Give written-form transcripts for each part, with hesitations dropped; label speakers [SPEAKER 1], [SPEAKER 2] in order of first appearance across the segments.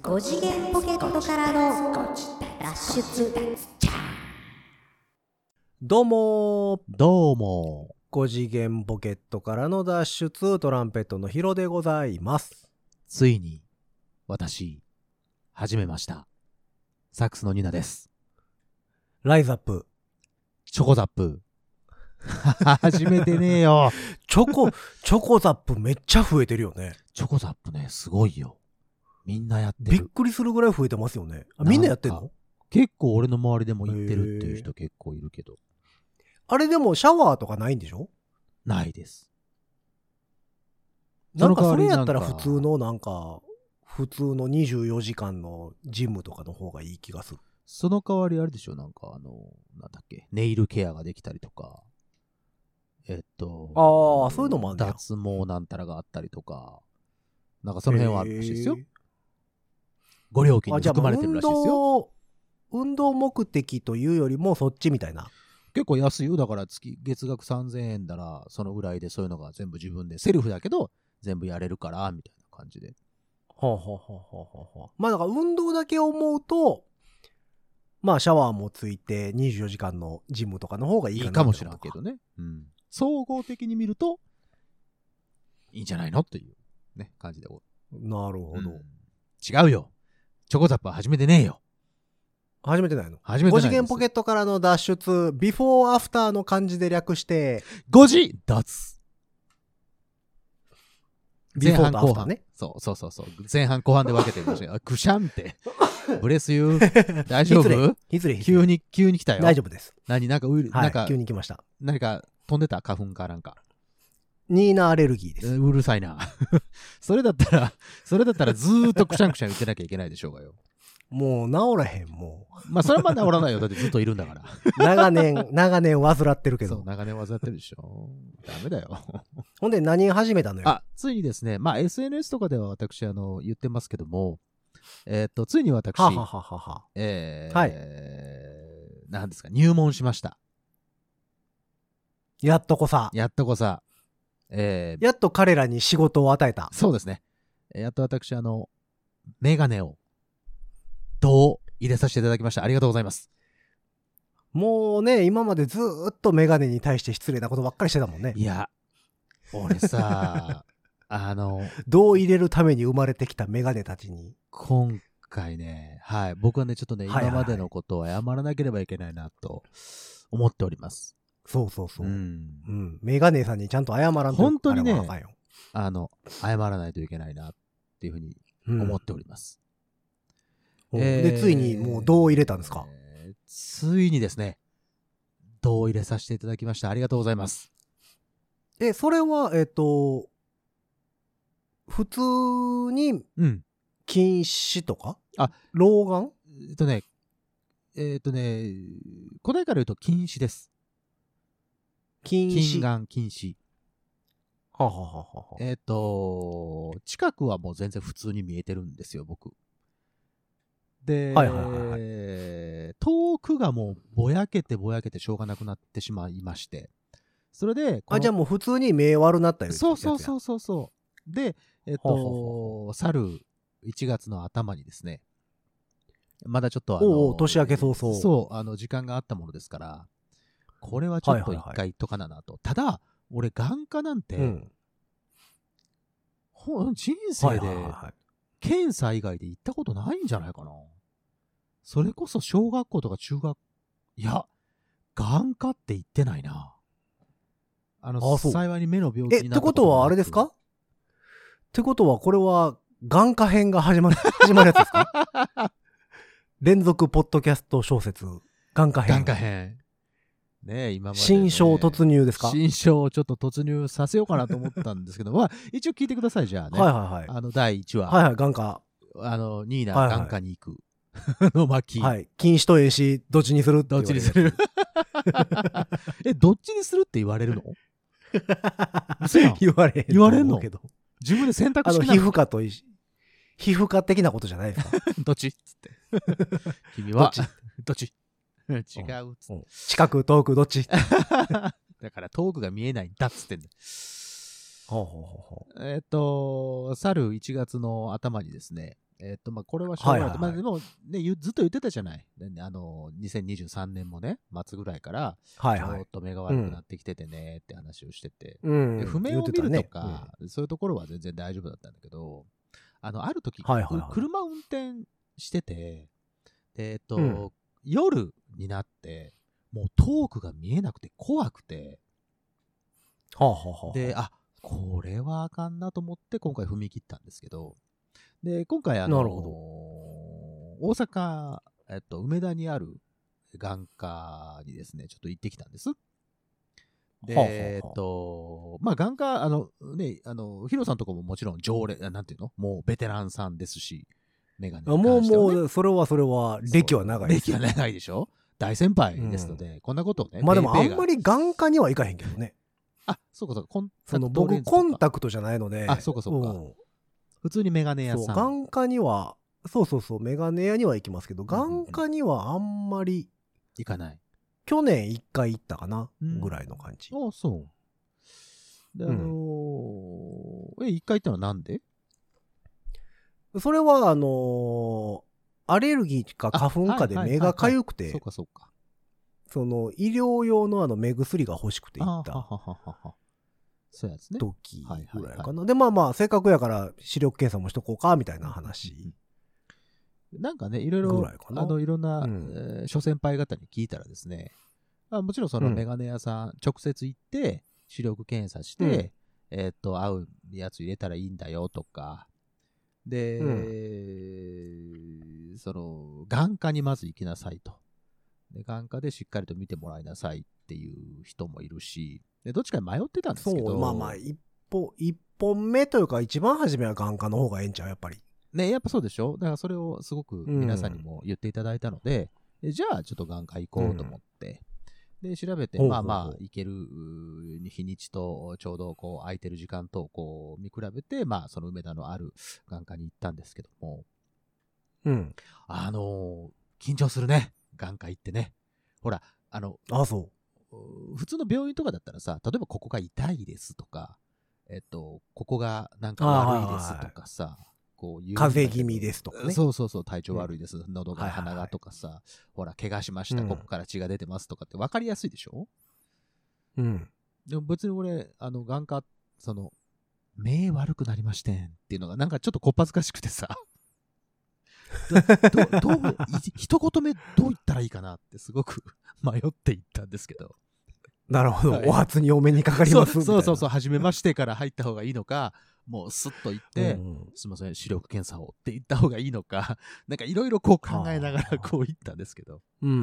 [SPEAKER 1] 5次元ポケットからの脱出。
[SPEAKER 2] どうも
[SPEAKER 3] 5
[SPEAKER 2] 次元ポケットからの脱出、トランペットのヒロでございます。
[SPEAKER 3] ついに私始めました。サックスのニナです。
[SPEAKER 2] ライズアップ
[SPEAKER 3] チョコザップ始めてねえよ。
[SPEAKER 2] チョコザップめっちゃ増えてるよね。
[SPEAKER 3] チョコザップね、すごいよ。みんなやって
[SPEAKER 2] びっ
[SPEAKER 3] る。
[SPEAKER 2] くりするぐらい増えてますよね。みんなやってんの？
[SPEAKER 3] 結構俺の周りでも行ってるっていう人結構いるけど。
[SPEAKER 2] あれでもシャワーとかないんでしょ？
[SPEAKER 3] ないです。
[SPEAKER 2] なんかそれやったら普通の24時間のジムとかの方がいい気がする。
[SPEAKER 3] その代わりあれでしょ、なんだっけ、ネイルケアができたりとか、
[SPEAKER 2] そういうのもあるんだよ。
[SPEAKER 3] 脱毛なんたらがあったりとか、なんかその辺はあるらしいですよ。ご料金に含まれてるらしいですよ。
[SPEAKER 2] 運動目的というよりもそっちみたいな。
[SPEAKER 3] 結構安いよ。だから月額3000円ならそのぐらいでそういうのが全部自分でセルフだけど全部やれるからみたいな感じで。
[SPEAKER 2] まあだから運動だけ思うと、まあシャワーもついて24時間のジムとかの方がいいかな。
[SPEAKER 3] いいかもしれんけどね。うん。総合的に見るといいんじゃないのというね感じで。
[SPEAKER 2] なるほど。
[SPEAKER 3] 違うよ。チョコザップは始めてねえよ。
[SPEAKER 2] 始めてないの？
[SPEAKER 3] 始めてないです。
[SPEAKER 2] 5次元ポケットからの脱出、ビフォーアフターの漢字で略して、
[SPEAKER 3] 5次脱。
[SPEAKER 2] ビフォーとアフターね。
[SPEAKER 3] そう。前半後半で分けてるんですよ。くしゃんって。ブレスユー。大丈夫？急に来たよ。
[SPEAKER 2] 大丈夫です。
[SPEAKER 3] なんか
[SPEAKER 2] 急に来ました。
[SPEAKER 3] 何か飛んでた？花粉かなんか。
[SPEAKER 2] ニーナアレルギーです。
[SPEAKER 3] うるさいな。それだったらずーっとくしゃんくしゃん言ってなきゃいけないでしょうがよ。
[SPEAKER 2] もう治らへん、も
[SPEAKER 3] う。まあ、それはまあ治らないよ。だってずっといるんだから。
[SPEAKER 2] 長年患ってるけど。
[SPEAKER 3] そう、長年患ってるでしょ。ダメだよ。
[SPEAKER 2] ほんで何始めたのよ。
[SPEAKER 3] ついにですね、まあ SNS とかでは私言ってますけども、ついに私、
[SPEAKER 2] はい。
[SPEAKER 3] 何ですか、入門しました。
[SPEAKER 2] やっとこさ。
[SPEAKER 3] やっ
[SPEAKER 2] と彼らに仕事を与えた。
[SPEAKER 3] そうですね。やっと私、メガネを、入れさせていただきました。ありがとうございます。
[SPEAKER 2] もうね、今までずーっとメガネに対して失礼なことばっかりしてたもんね。
[SPEAKER 3] いや、俺さ、
[SPEAKER 2] 銅入れるために生まれてきたメガネたちに。
[SPEAKER 3] 今回ね、はい、僕はね、ちょっとね、今までのことを謝らなければいけないなと思っております。
[SPEAKER 2] そう。メガネさんにちゃんと謝らんと。
[SPEAKER 3] 本当にね、謝らないといけないなっていうふうに思っております。
[SPEAKER 2] で、ついにもう銅入れたんですか？
[SPEAKER 3] ついにですね、銅入れさせていただきました。ありがとうございます。
[SPEAKER 2] それは、普通に、近視とか？老眼？
[SPEAKER 3] 答えから言うと近視です。近眼、近視。近くはもう全然普通に見えてるんですよ、僕。で、遠くがもうぼやけてしょうがなくなってしまいまして。それで、
[SPEAKER 2] じゃあもう普通に目悪なったよ。
[SPEAKER 3] そう。で、去る1月の頭にですね、まだちょっと
[SPEAKER 2] 年明け早々。
[SPEAKER 3] そう、時間があったものですから、これはちょっと一回とかななと。ただ、俺眼科なんて、人生で検査以外で行ったことないんじゃないかな。それこそ小学校とか中学、いや、眼科って行ってないな。幸いに目の病気になったこと
[SPEAKER 2] ってことはあれですか？ってことはこれは眼科編が始まるやつですか？連続ポッドキャスト小説、眼科編。
[SPEAKER 3] ねえ、今まで、ね。
[SPEAKER 2] 新章突入ですか？
[SPEAKER 3] 新章をちょっと突入させようかなと思ったんですけど、まあ、一応聞いてください、じゃあね。第1話。
[SPEAKER 2] 眼科。
[SPEAKER 3] ニーナ、眼科に行く。巻。
[SPEAKER 2] 近視と遠視、どっちにする？
[SPEAKER 3] どっちにする？どっちにするって言われるの？
[SPEAKER 2] 言われ
[SPEAKER 3] んの？自分で選択肢
[SPEAKER 2] 皮膚科的なことじゃないですか？
[SPEAKER 3] どっちっつって。君は、どっち違うっつって。
[SPEAKER 2] 近く、遠く、どっち？
[SPEAKER 3] だから遠くが見えないんだっつってんだ。去る1月の頭にですね、 まあ、これはしょうがない。
[SPEAKER 2] はいはいはい
[SPEAKER 3] まあ、でも、ね、ずっと言ってたじゃない。2023年もね、末ぐらいから、
[SPEAKER 2] はいはい
[SPEAKER 3] ちょっ。と目が悪くなってきててねって話をしてて。
[SPEAKER 2] うん。
[SPEAKER 3] で譜面を見る
[SPEAKER 2] 言ってたね
[SPEAKER 3] とか、そういうところは全然大丈夫だったんだけど、ある時、
[SPEAKER 2] はいはいはい
[SPEAKER 3] 車運転してて、で
[SPEAKER 2] うん
[SPEAKER 3] 夜になって、もう遠くが見えなくて怖くて、
[SPEAKER 2] はあはあはあ。
[SPEAKER 3] で、これはあかんなと思って今回踏み切ったんですけど、で、今回
[SPEAKER 2] なるほ
[SPEAKER 3] 大阪、梅田にある眼科にですね、ちょっと行ってきたんです。で、
[SPEAKER 2] はあはあは
[SPEAKER 3] まあ、眼科、ヒロさんとかももちろん常連、なんていうのもうベテランさんですし、メガネに関してはね、
[SPEAKER 2] もう、それは、歴は長いです
[SPEAKER 3] 歴は長いでしょ大先輩ですので、こんなことをね、
[SPEAKER 2] まあでもあ
[SPEAKER 3] ペイが
[SPEAKER 2] んまり眼科には行かへんけどね。
[SPEAKER 3] そうかそうか、コンタ
[SPEAKER 2] その
[SPEAKER 3] クトレン
[SPEAKER 2] 僕コ
[SPEAKER 3] ズとか
[SPEAKER 2] ンタクトじゃないので。
[SPEAKER 3] そうかそうか
[SPEAKER 2] ん
[SPEAKER 3] 普通にメガネ屋
[SPEAKER 2] そう、
[SPEAKER 3] さん。
[SPEAKER 2] 眼科には、そう、メガネ屋には行きますけど、
[SPEAKER 3] うんうんうん
[SPEAKER 2] 眼科にはあんまり、
[SPEAKER 3] 行かない。
[SPEAKER 2] 去年1回行ったかな、
[SPEAKER 3] うん
[SPEAKER 2] ぐらいの感じ。
[SPEAKER 3] そう。で、一回行ったのはなんで？
[SPEAKER 2] それは、アレルギーか花粉かで目が痒くて、
[SPEAKER 3] そうかそうか。
[SPEAKER 2] その、医療用の目薬が欲しくて行った
[SPEAKER 3] そうやつね。
[SPEAKER 2] 時ぐらいか
[SPEAKER 3] は
[SPEAKER 2] な。で、まあまあ、せっかくやから視力検査もしとこうか、みたいな話。
[SPEAKER 3] なんかね、いろいろ、
[SPEAKER 2] ぐらいかない
[SPEAKER 3] ろんな、
[SPEAKER 2] うん
[SPEAKER 3] 諸先輩方に聞いたらですね、もちろんそのメガネ屋さん、直接行って、視力検査して、合うやつ入れたらいいんだよとか、で、その、眼科にまず行きなさいと。で、眼科でしっかりと見てもらいなさいっていう人もいるし、で、どっちかに迷ってたんですけど。
[SPEAKER 2] そう、まあまあ、一本目というか、一番初めは眼科の方がええんちゃう、やっぱり。
[SPEAKER 3] ね、やっぱそうでしょ？だからそれをすごく皆さんにも言っていただいたので、じゃあちょっと眼科行こうと思って、で、調べて、
[SPEAKER 2] ほうほうほう
[SPEAKER 3] まあまあ、行ける日にちと、ちょうどこう、空いてる時間と、こう、見比べて、まあ、その梅田のある眼科に行ったんですけども、
[SPEAKER 2] うん。
[SPEAKER 3] 緊張するね。眼科行ってね。ほら、
[SPEAKER 2] そ
[SPEAKER 3] 普通の病院とかだったらさ、例えばここが痛いですとか、ここがなんか悪いですとかさ、こう言う。
[SPEAKER 2] 風邪気味ですとかね。
[SPEAKER 3] そう、体調悪いです。喉が鼻がとかさ、ほら、怪我しました、ここから血が出てますとかって分かりやすいでしょ？
[SPEAKER 2] うん。
[SPEAKER 3] でも別に俺、眼科、目悪くなりましてんっていうのがなんかちょっとこっぱずかしくてさ、一言目どう言ったらいいかなってすごく迷っていったんですけど。
[SPEAKER 2] なるほど。
[SPEAKER 3] はい
[SPEAKER 2] お初にお目にかかりますみたいな。
[SPEAKER 3] そう、初めましてから入った方がいいのか、もうスッと言って、すいません、視力検査をって言った方がいいのか、なんかいろいろこう考えながらこう言ったんですけど。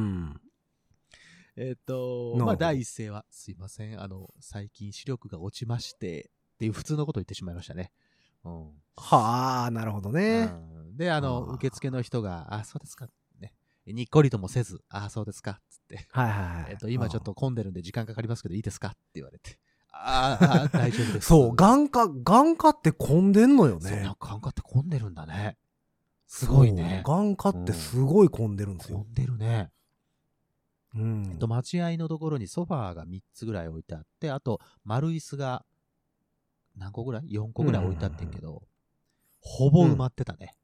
[SPEAKER 3] まあ第一声は、すいません、最近視力が落ちまして、っていう普通のことを言ってしまいましたね。
[SPEAKER 2] はあ、なるほどね。
[SPEAKER 3] で、受付の人が、そうですか、ね。にっこりともせず、そうですか、つって。今ちょっと混んでるんで時間かかりますけどいいですかって言われて。大丈夫です。
[SPEAKER 2] そう、眼科って混んでんのよね。
[SPEAKER 3] そう、眼科って混んでるんだね。すごいね。
[SPEAKER 2] 眼科ってすごい混んでるんですよ。
[SPEAKER 3] 混んでるね。
[SPEAKER 2] うん。
[SPEAKER 3] 待合のところにソファーが3つぐらい置いてあって、あと丸椅子が何個ぐらい ?4 個ぐらい置いてあってんけど、ほぼ埋まってたね。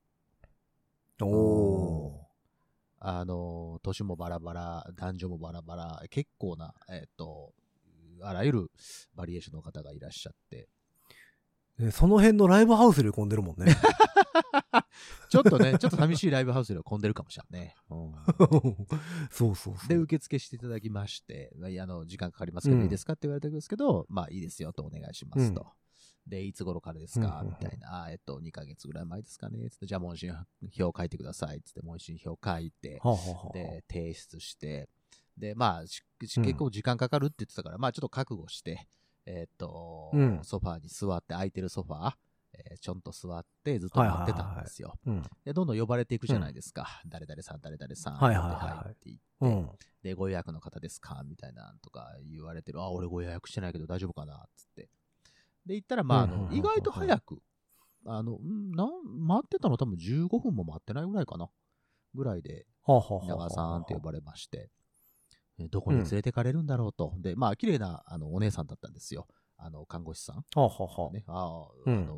[SPEAKER 3] 年もバラバラ、男女もバラバラ、結構な、あらゆるバリエーションの方がいらっしゃって。
[SPEAKER 2] その辺のライブハウスより混んでるもんね。
[SPEAKER 3] ちょっと寂しいライブハウスよりは混んでるかもしれんね。
[SPEAKER 2] そう。
[SPEAKER 3] で、受付していただきまして、時間かかりますけどいいですかって言われたんですけど、まあいいですよとお願いしますと。で、いつ頃からですかみたいな。2ヶ月ぐらい前ですかね。つって、じゃあ問診票書いてください。つって問診票書いて、で、提出して、で、まあ、結構時間かかるって言ってたから、まあちょっと覚悟して、ソファーに座って、空いてるソファー、ちょんと座ってずっと待ってたんですよ。で、どんどん呼ばれていくじゃないですか。誰々さん、誰々さん。って言って、で、ご予約の方ですかみたいなとか言われてる。俺ご予約してないけど大丈夫かなつって。で、行ったら、まあ、意外と早く、待ってたの多分15分も待ってないぐらいかな。ぐらいで、稲川さんって呼ばれまして、どこに連れてかれるんだろうと。で、まあ、綺麗なお姉さんだったんですよ。看護師さん。ど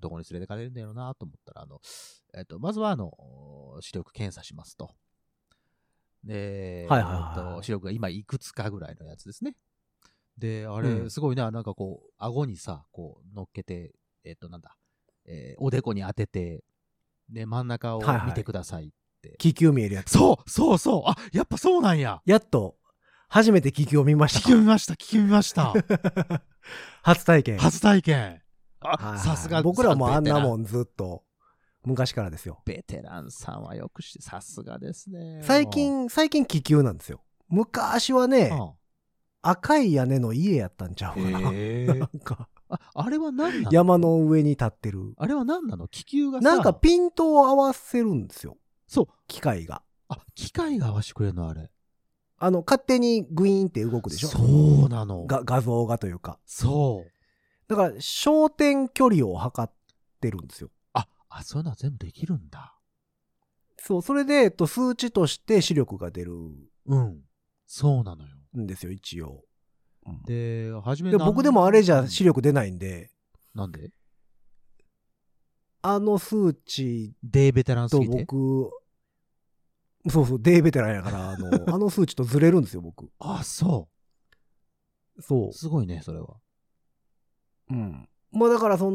[SPEAKER 3] どこに連れてかれるんだろうなと思ったら、まずは、視力検査しますと。で、
[SPEAKER 2] はいはいはい
[SPEAKER 3] 視力が今いくつかぐらいのやつですね。で、あ
[SPEAKER 2] う
[SPEAKER 3] れ、
[SPEAKER 2] ん
[SPEAKER 3] すごいな、なんかこう、顎にさ、こう、乗っけて、なんだ、おでこに当てて、で、真ん中を
[SPEAKER 2] はいはい
[SPEAKER 3] 見てくださいって。
[SPEAKER 2] 気球見えるやつ。
[SPEAKER 3] そうそうそうあ、やっぱそうなんや。
[SPEAKER 2] やっと、初めて気球を見ました
[SPEAKER 3] 聞き見ました、聞き見ました。
[SPEAKER 2] 初体験。
[SPEAKER 3] 初体験。
[SPEAKER 2] はいはい
[SPEAKER 3] さすが。
[SPEAKER 2] 僕らもあんなも
[SPEAKER 3] ん。
[SPEAKER 2] んずっと、昔からですよ。
[SPEAKER 3] ベテランさんはよくして、さすがですね。
[SPEAKER 2] 最近気球なんですよ。昔はね、赤い屋根の家やったんちゃうかな。なんか、
[SPEAKER 3] あれは何なの？
[SPEAKER 2] 山の上に立ってる。
[SPEAKER 3] あれは何なの？気球がさ。
[SPEAKER 2] なんかピントを合わせるんですよ。
[SPEAKER 3] そう。
[SPEAKER 2] 機械が。
[SPEAKER 3] 機械が合わせてくれるのあれ。
[SPEAKER 2] 勝手にグイーンって動くでしょ。
[SPEAKER 3] そうなの。
[SPEAKER 2] 画像がというか。
[SPEAKER 3] そう。
[SPEAKER 2] だから、焦点距離を測ってるんですよ。
[SPEAKER 3] そういうのは全部できるんだ。
[SPEAKER 2] そう、それで、数値として視力が出る
[SPEAKER 3] うん。そうなのよ。
[SPEAKER 2] んですよ、一応。
[SPEAKER 3] で、初め
[SPEAKER 2] で僕でもあれじゃ視力出ないんで。
[SPEAKER 3] なんで？
[SPEAKER 2] 数値
[SPEAKER 3] デーベテランす
[SPEAKER 2] と
[SPEAKER 3] ぎて。
[SPEAKER 2] 僕、そうそう、デーベテランやから、数値とずれるんですよ、僕。
[SPEAKER 3] そ
[SPEAKER 2] そう。
[SPEAKER 3] すごいね、それは。
[SPEAKER 2] うん。まあだから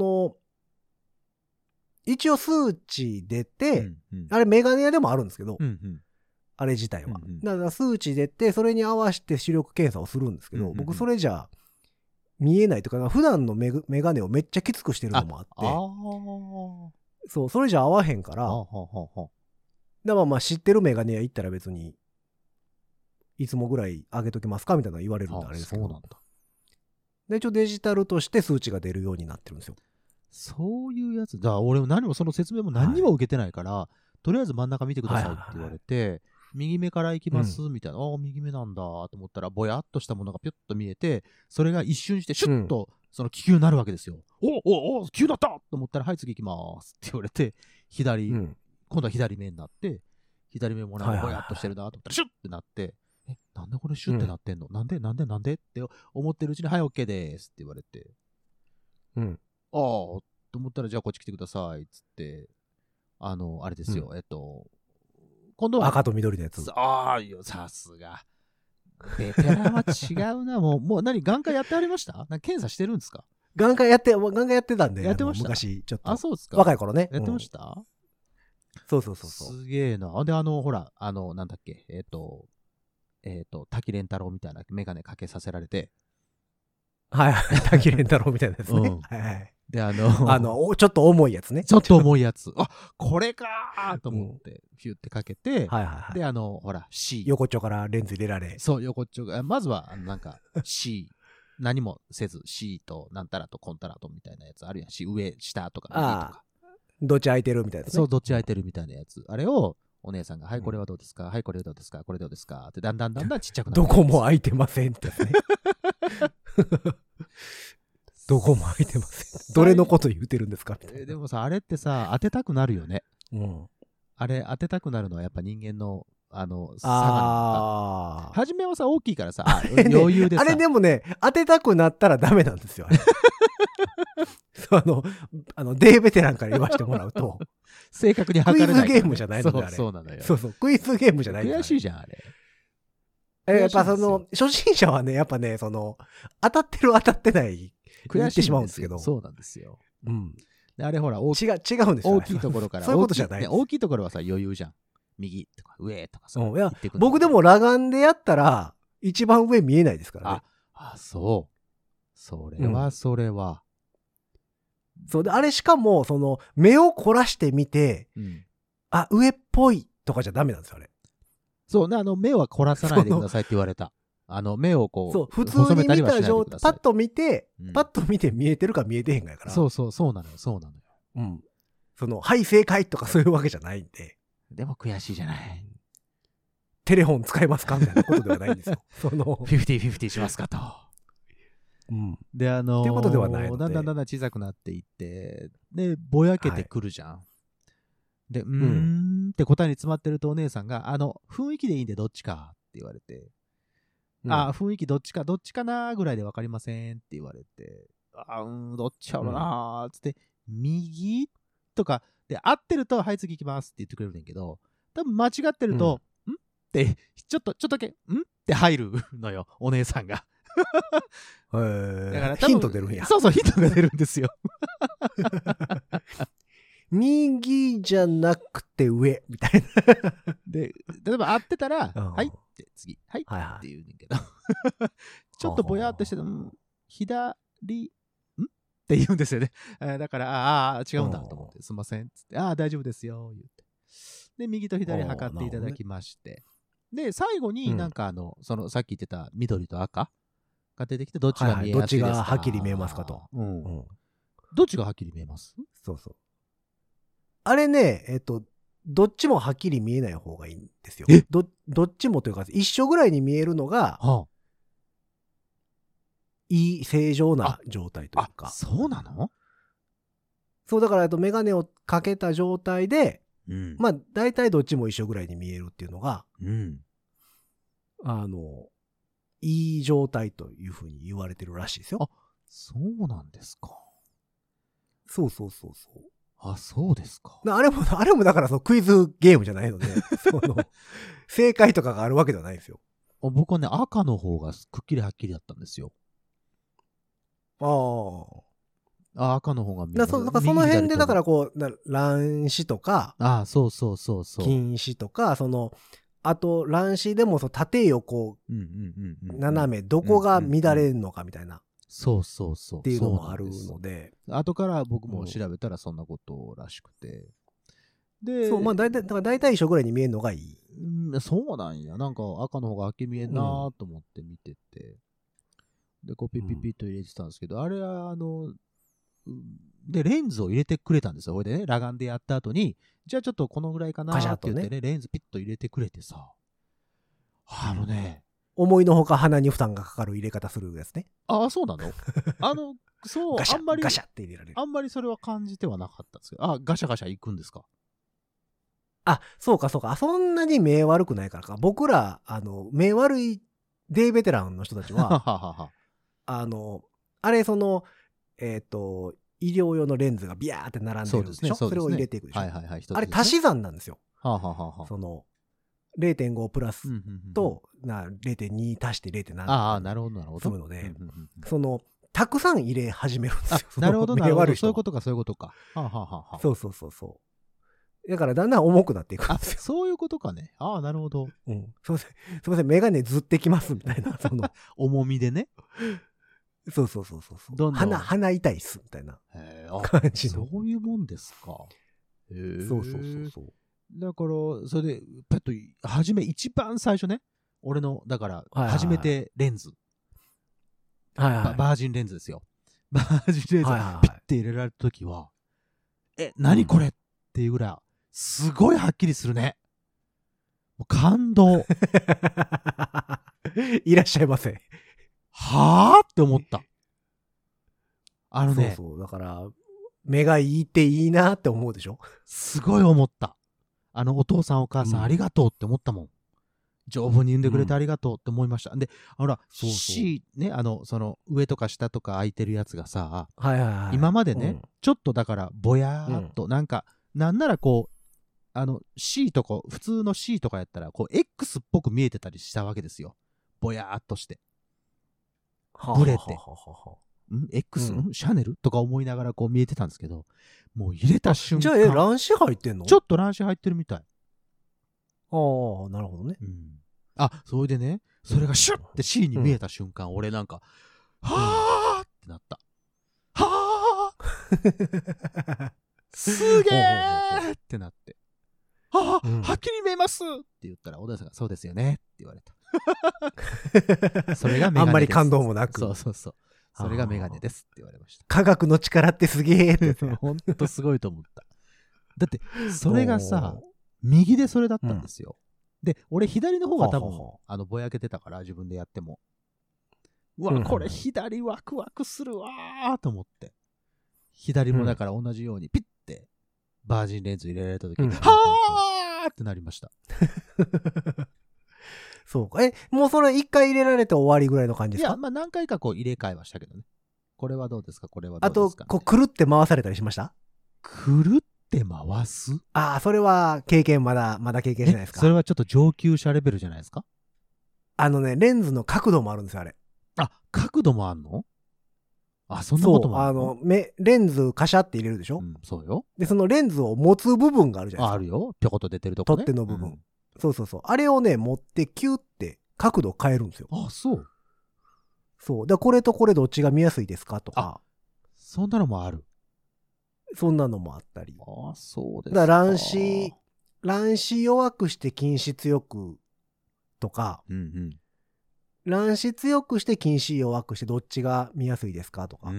[SPEAKER 2] 一応数値出て、あれメガネ屋でもあるんですけど、あれ自体は。だから数値出て、それに合わせて視力検査をするんですけど、僕それじゃ見えないとか、普段のメガネをめっちゃきつくしてるのもあって、そう、それじゃ合わへんから、だからまあ知ってるメガネ屋行ったら別に、いつもぐらい上げときますかみたいなの言われるんであれですけど。そうなんだ。で、一応デジタルとして数値が出るようになってるんですよ。
[SPEAKER 3] そういうやつ。だから俺も何もその説明も何にも受けてないから、とりあえず真ん中見てくださいって言われて、右目から行きますみたいな、右目なんだと思ったら、ぼやっとしたものがピュッと見えて、それが一瞬してシュッとその気球になるわけですよ。お気球だったと思ったら、はい、次行きますって言われて、今度は左目になって、左目もなんかぼやっとしてるなと思ったら、シュッってなって、なんでこれシュッてなってんの？なんでって思ってるうちに、はい、OK ですって言われて、と思ったら、じゃあこっち来てくださいっつって、あれですよ、今度は
[SPEAKER 2] 赤と緑のやつ。
[SPEAKER 3] さすが。ベテランは違うな。もう何、眼科やってありました？検査してるんですか？
[SPEAKER 2] 眼科やってたんで、
[SPEAKER 3] やってました？
[SPEAKER 2] 昔、ちょっと。
[SPEAKER 3] そうですか。
[SPEAKER 2] 若い頃ね。
[SPEAKER 3] やってました？
[SPEAKER 2] そう。
[SPEAKER 3] すげえな。で、ほら、なんだっけ、滝蓮太郎みたいなメガネかけさせられて。
[SPEAKER 2] はい、滝蓮太郎みたいなやつね。はいはい。
[SPEAKER 3] で、
[SPEAKER 2] ちょっと重いやつね。
[SPEAKER 3] ちょっと重いやつ。これかーと思って、ヒュってかけて、で、ほら、C。
[SPEAKER 2] 横っちょからレンズ入れられ。
[SPEAKER 3] そう、横っちょが、まずは、なんか、C。何もせず、C と、なんたらと、こんたらと、みたいなやつあるやん。C、上、下とか、右とか。
[SPEAKER 2] どっち空いてるみたいな。
[SPEAKER 3] そう、どっち空いてるみたいなやつ。あれを、お姉さんが、はい、これはどうですか？はい、これどうですか？これどうですか？って、だんだんちっちゃくなる。
[SPEAKER 2] どこも空いてませんってね。どこも空いてません。どれのこと言うてるんですか？
[SPEAKER 3] でもさ、あれってさ、当てたくなるよね。あれ、当てたくなるのはやっぱ人間の、差が。初めはさ、大きいからさ、余裕でさ。
[SPEAKER 2] あれでもね、当てたくなったらダメなんですよ。デーベテランから言わせてもらうと。
[SPEAKER 3] 正確に測れない。
[SPEAKER 2] クイズゲームじゃないので、あれ。
[SPEAKER 3] そうなのよ。
[SPEAKER 2] そう、クイズゲームじゃない。
[SPEAKER 3] 悔しいじゃん、あれ。
[SPEAKER 2] やっぱ初心者はね、やっぱね、当たってる当たってない、言ってしまうんですけど。
[SPEAKER 3] そうなんですよ。
[SPEAKER 2] で
[SPEAKER 3] あれほら、
[SPEAKER 2] 違うんですよ。
[SPEAKER 3] 大きいところから。
[SPEAKER 2] そういうことじゃない。
[SPEAKER 3] 大きいところはさ、余裕じゃん。右とか上とかさ。
[SPEAKER 2] いや、僕でも裸眼でやったら、一番上見えないですからね。
[SPEAKER 3] そう。それは。
[SPEAKER 2] そうで、あれしかも、目を凝らしてみて、上っぽいとかじゃダメなんですよ、あれ。
[SPEAKER 3] そうね、目は凝らさないでくださいって言われた。目をこう、
[SPEAKER 2] そう、普通に見た状態、パッと見て見えてるか見えてへんかやから。
[SPEAKER 3] そうなのよ。
[SPEAKER 2] はい、正解とかそういうわけじゃないんで。
[SPEAKER 3] でも悔しいじゃない。
[SPEAKER 2] テレフォン使いますかみたいなことではないんですよ。
[SPEAKER 3] 50/50しますかと。で、
[SPEAKER 2] っていうことではないので。
[SPEAKER 3] だんだん小さくなっていって、で、ぼやけてくるじゃん。で、って答えに詰まってるとお姉さんが、雰囲気でいいんでどっちかって言われて、雰囲気どっちかなぐらいで分かりませんって言われて、どっちやろなーつって、 右とかで合ってると、はい、次行きますって言ってくれるねんけど、多分間違ってると、んって、ちょっとだけ、んって入るのよ、お姉さんが。だから
[SPEAKER 2] ヒント出るんや。
[SPEAKER 3] そうそう、ヒントが出るんですよ。
[SPEAKER 2] 右じゃなくて上、みたいな。
[SPEAKER 3] で、例えば合ってたら、はいって次、はいって言うねんけど、ちょっとぼやっとしてて、左、って言うんですよね。だから、違うんだと思って、すいません。つって、大丈夫ですよ、言って。で、右と左測っていただきまして。で、最後になんかさっき言ってた緑と赤が出てきて、どっちが見えやすいですか？
[SPEAKER 2] どっちがはっきり見えますかと。
[SPEAKER 3] どっちがはっきり見えます？
[SPEAKER 2] そうそう。あれね、どっちもはっきり見えない方がいいんですよ。どっちもというか、一緒ぐらいに見えるのが、いい正常な状態というか。
[SPEAKER 3] そうなの？
[SPEAKER 2] そう、だからメガネをかけた状態で、まあ大体どっちも一緒ぐらいに見えるっていうのが、いい状態というふうに言われてるらしいですよ。
[SPEAKER 3] そうなんですか。
[SPEAKER 2] そう。
[SPEAKER 3] そうですか。
[SPEAKER 2] あれもだからクイズゲームじゃないので、正解とかがあるわけではないですよ。
[SPEAKER 3] 僕はね、赤の方がくっきりはっきりだったんですよ。赤の方が見えます。
[SPEAKER 2] だからその辺で、だから乱視とか、
[SPEAKER 3] そう。
[SPEAKER 2] 近視とか、あと乱視でも縦横、斜め、どこが乱れるのかみたいな。
[SPEAKER 3] そう。
[SPEAKER 2] っていうのもあるので。
[SPEAKER 3] 後から僕も調べたらそんなことらしくて。で、
[SPEAKER 2] そう、まあ大体一緒ぐらいに見えるのがいい。
[SPEAKER 3] そうなんや。なんか赤の方がはっきり見えんなーと思って見てて。で、ピッと入れてたんですけど、あれはで、レンズを入れてくれたんですよ。これでね、裸眼でやった後に、じゃあちょっとこのぐらいかなーって言ってね、レンズピッと入れてくれてさ。
[SPEAKER 2] 思いのほか鼻に負担がかかる入れ方するやつね。
[SPEAKER 3] そうなの？そう、
[SPEAKER 2] ガシャ
[SPEAKER 3] あんまり、
[SPEAKER 2] ガシャって入れられる。
[SPEAKER 3] あんまりそれは感じてはなかったんですけど、ガシャガシャ行くんですか？
[SPEAKER 2] そうか。そんなに目悪くないからか。僕ら、目悪いデイベテランの人たちは、あれ、医療用のレンズがビヤーって並んでるんでしょ？それを入れていくでしょ？あれ、足し算なんですよ。0.5 プラスと、0.2 足して 0.7
[SPEAKER 3] なるほど。
[SPEAKER 2] するので、たくさん入れ始めるんですよ。
[SPEAKER 3] なるほど。そういうことか。
[SPEAKER 2] そう。だからだんだん重くなっていくんですよ。
[SPEAKER 3] そういうことかね。なるほど。
[SPEAKER 2] すいません、メガネずってきますみたいな。
[SPEAKER 3] 重みでね。
[SPEAKER 2] そう。鼻痛いっすみたいな感じの。
[SPEAKER 3] そういうもんですか。
[SPEAKER 2] そう。
[SPEAKER 3] だから、それで、パッと、一番最初ね、俺の、だから、初めてレンズ。バージンレンズですよ。バージンレンズ、ピッて入れられたときは、何これっていうぐらい、すごいはっきりするね。もう感動。
[SPEAKER 2] いらっしゃいませ。
[SPEAKER 3] はぁって思った。
[SPEAKER 2] そう。だから、目がいいっていいなって思うでしょ？
[SPEAKER 3] すごい思った。お父さんお母さんありがとうって思ったもん。丈夫に産んでくれてありがとうって思いました。で、C ね、上とか下とか空いてるやつがさ、今までね、ちょっとだから、ぼやーっと、なんならC とか、普通の C とかやったら、X っぽく見えてたりしたわけですよ。ぼやーっとして。ブレて。X？ シャネルとか思いながら見えてたんですけど、もう入れた瞬間。
[SPEAKER 2] じゃあ、乱視入ってんの？
[SPEAKER 3] ちょっと乱視入ってるみたい。
[SPEAKER 2] なるほどね。
[SPEAKER 3] それでね、それがシュッて C に見えた瞬間、俺なんか、はーってなった。はーすげーってなって。はっきり見えますって言ったら、小田さんが、そうですよねって言われた。それがメガネです。
[SPEAKER 2] あんまり感動もなく。
[SPEAKER 3] そう。それがメガネですって言われました。
[SPEAKER 2] 科学の力ってすげーって。
[SPEAKER 3] ほんとすごいと思った。だって、それがさ、右でそれだったんですよ。で、俺左の方が多分、ぼやけてたから、自分でやっても。これ左ワクワクするわーと思って。左もだから同じように、ピッて、バージンレンズ入れられた時に、はーってなりました。
[SPEAKER 2] そうか。もうそれ一回入れられて終わりぐらいの感じですか？
[SPEAKER 3] 何回か入れ替えはしたけどね。これはどうですか？これはどうですか？
[SPEAKER 2] あと、くるって回されたりしました？
[SPEAKER 3] くるって回す？
[SPEAKER 2] ああ、それは経験まだ経験してないですか？
[SPEAKER 3] それはちょっと上級者レベルじゃないですか？
[SPEAKER 2] レンズの角度もあるんですよ、あれ。
[SPEAKER 3] あ、角度もあんの？あ、そんなこともあるの？
[SPEAKER 2] レンズカシャって入れるでしょ？
[SPEAKER 3] そうよ。
[SPEAKER 2] で、そのレンズを持つ部分があるじゃないですか。
[SPEAKER 3] あるよ。ぴょこっと出てるとこね。
[SPEAKER 2] 取っ手の部分。そうそうそう。あれをね、持ってキューって角度変えるんですよ。
[SPEAKER 3] あ、そう。
[SPEAKER 2] そう。で、これとこれどっちが見やすいですかとか。
[SPEAKER 3] そんなのもある。
[SPEAKER 2] そんなのもあったり。
[SPEAKER 3] あ、そうですか。
[SPEAKER 2] だから乱視弱くして近視強くとか、乱視強くして近視弱くしてどっちが見やすいですかとか。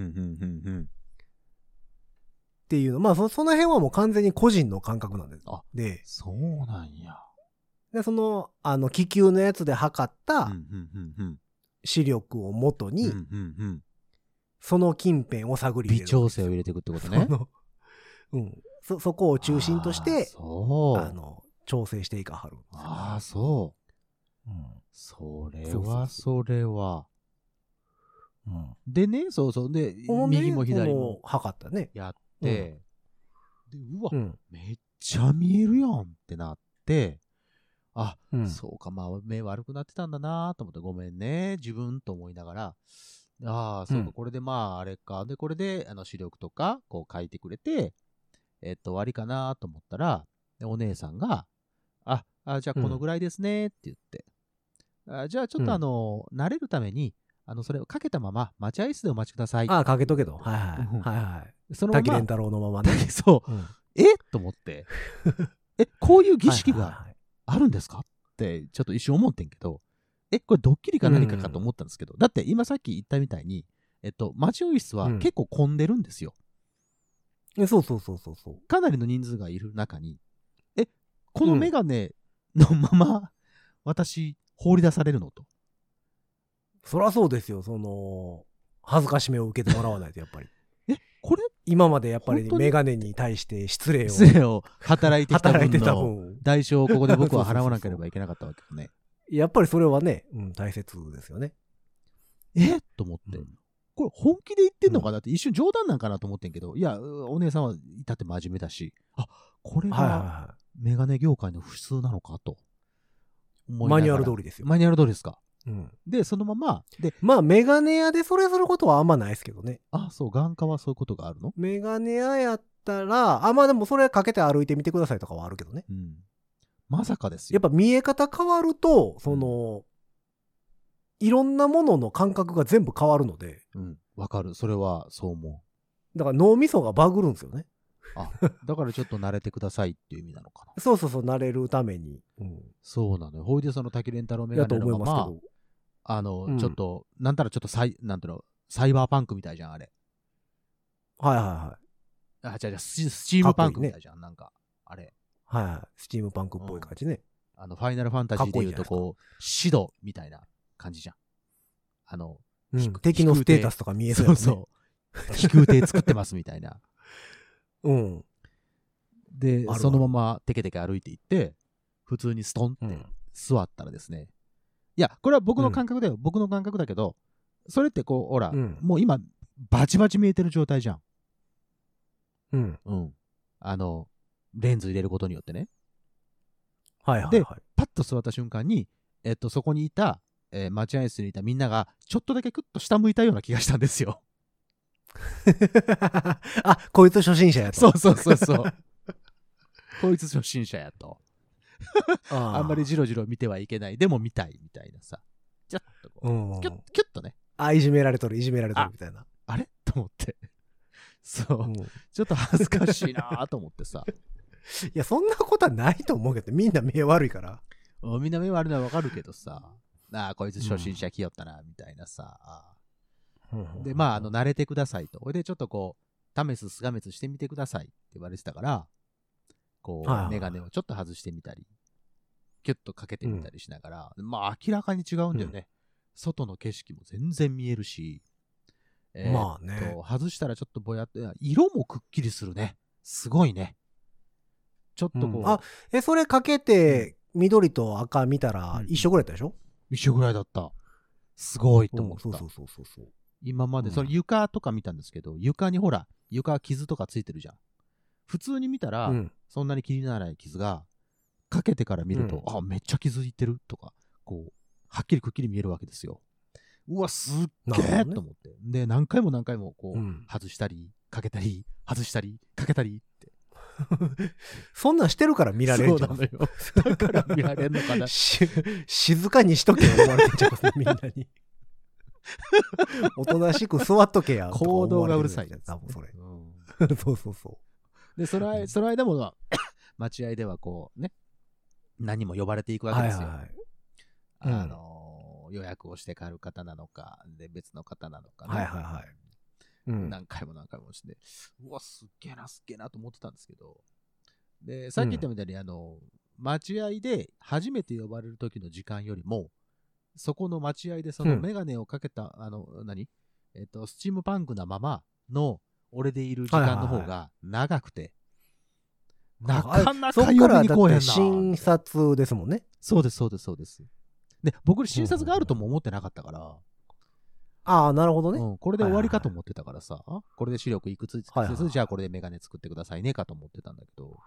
[SPEAKER 2] っていうの。まあその辺はもう完全に個人の感覚なんです。で、
[SPEAKER 3] そうなんや。
[SPEAKER 2] で、気球のやつで測った視力をもとに、その近辺を探り入れる。
[SPEAKER 3] 微調整を入れていくってことね。
[SPEAKER 2] そこを中心として、調整していかはるんですよ。
[SPEAKER 3] ああ、そう。それは。でね、そうそう。で、右も左も
[SPEAKER 2] 測ったね。
[SPEAKER 3] やって、で、うわ、めっちゃ見えるやんってなって、あ、そうか、まあ、目悪くなってたんだなと思って、ごめんね、自分と思いながら、ああ、そうか、これでまあ、あれか。で、これで、視力とか、こう書いてくれて、終わりかなと思ったら、お姉さんが、じゃあこのぐらいですねって言って、じゃあちょっと慣れるために、それをかけたまま、待合室でお待ちください。
[SPEAKER 2] かけとけと。はい。
[SPEAKER 3] そのまま。
[SPEAKER 2] 滝蓮太郎のままね。
[SPEAKER 3] そう。と思って。こういう儀式があるんですかって、ちょっと一瞬思ってんけど、これドッキリか何かかと思ったんですけど、だって今さっき言ったみたいに、待合室は結構混んでるんですよ。
[SPEAKER 2] そう。
[SPEAKER 3] かなりの人数がいる中に、このメガネのまま、私、放り出されるのと。
[SPEAKER 2] そりゃそうですよ。恥ずかしめを受けてもらわないと、やっぱり。
[SPEAKER 3] これ
[SPEAKER 2] 今までやっぱりメガネに対して失礼
[SPEAKER 3] を働いてきた分の代償をここで僕は払わなければいけなかったわけよね。
[SPEAKER 2] やっぱりそれはね、大切ですよね。
[SPEAKER 3] と思って。これ本気で言ってんのかなって一瞬冗談なんかなと思ってんけど、いや、お姉さんはいたって真面目だし、これがメガネ業界の普通なのかと思いながら。
[SPEAKER 2] マニュアル通りですよ。
[SPEAKER 3] マニュアル通りですか。で、そのまま、で、
[SPEAKER 2] まあ、メガネ屋でそれすることはあんまないですけどね。
[SPEAKER 3] そう、眼科はそういうことがあるの？
[SPEAKER 2] メガネ屋やったら、まあでもそれかけて歩いてみてくださいとかはあるけどね。
[SPEAKER 3] まさかですよ。
[SPEAKER 2] やっぱ見え方変わると、いろんなものの感覚が全部変わるので。
[SPEAKER 3] わかる。それはそう思
[SPEAKER 2] う。だから脳みそがバグるんですよね。
[SPEAKER 3] だからちょっと慣れてくださいっていう意味なのかな。
[SPEAKER 2] そう、慣れるために。
[SPEAKER 3] そうなのよ。ほいでその滝蓮太郎メガネのまま、ちょっと、なんたらちょっとなんていうの、サイバーパンクみたいじゃん、あれ。
[SPEAKER 2] はい。
[SPEAKER 3] じゃあ、スチームパンクみたいじゃん、なんか、あれ。
[SPEAKER 2] スチームパンクっぽい感じね。
[SPEAKER 3] ファイナルファンタジーでいうと、こう、シドみたいな感じじゃん。
[SPEAKER 2] 敵のステータスとか見えそう。
[SPEAKER 3] そう。飛空艇作ってますみたいな。で、そのままテケテケ歩いていって、普通にストンって座ったらですね。いや、これは僕の感覚だよ。僕の感覚だけど、それってこう、ほら、もう今、バチバチ見えてる状態じゃん。レンズ入れることによってね。で、パッと座った瞬間に、そこにいた、待合室にいたみんなが、ちょっとだけクッと下向いたような気がしたんですよ。
[SPEAKER 2] こいつ初心者やと。
[SPEAKER 3] そう。こいつ初心者やと。あんまりジロジロ見てはいけない。でも見たいみたいなさ。ちょっとこう、キュッとね。
[SPEAKER 2] いじめられとるみたいな。
[SPEAKER 3] あれと思って。そう。ちょっと恥ずかしいなと思ってさ。
[SPEAKER 2] いや、そんなことはないと思うけど、みんな目悪いから。
[SPEAKER 3] みんな目悪いのはわかるけどさ。こいつ初心者来よったな、みたいなさ。で、まあ、慣れてくださいと。それでちょっとこう、試すすがめつしてみてくださいって言われてたから、こう、メガネをちょっと外してみたり、キュッとかけてみたりしながら、まあ、明らかに違うんだよね。外の景色も全然見えるし、
[SPEAKER 2] まあね。
[SPEAKER 3] 外したらちょっとぼやって、色もくっきりするね。すごいね。ちょっとこ
[SPEAKER 2] う。それかけて、緑と赤見たら一緒ぐらいだったでしょ？
[SPEAKER 3] 一緒ぐらいだった。すごいと思った。
[SPEAKER 2] そう。
[SPEAKER 3] 今まで、その床とか見たんですけど、床にほら、床傷とかついてるじゃん。 普通に見たら、そんなに気にならない傷が、かけてから見ると、あ、めっちゃ傷いってるとか、こう、はっきりくっきり見えるわけですよ。うわ、すっげえと思って。で、何回も何回も、こう、外したり、かけたり、外したり、かけたりって。
[SPEAKER 2] そんなんしてるから見られるんじゃん。
[SPEAKER 3] そうなのよ。だから見られるのかな。
[SPEAKER 2] 静かにしとけよ、思われてんじゃん、みんなに。おとなしく座っとけや。
[SPEAKER 3] 行動がうるさい。
[SPEAKER 2] 多分それ。そうそうそう。
[SPEAKER 3] で、その間も、待合ではこうね、何も呼ばれていくわけですよ。予約をして帰る方なのか、で、別の方なのかね。何回も何回もして、うわ、すっげえなと思ってたんですけど、で、さっき言ったみたいに、待合で初めて呼ばれる時の時間よりも、そこの待合でそのメガネをかけた、スチームパンクなままの俺でいる時間の方が長くて、なかなか呼びに来へんな。
[SPEAKER 2] 診察ですもんね。
[SPEAKER 3] そうです。で、僕、診察があるとも思ってなかったから、
[SPEAKER 2] ああ、なるほどね。
[SPEAKER 3] これで終わりかと思ってたからさ、これで視力いくつじゃあこれでメガネ作ってくださいねかと思ってたんだけど、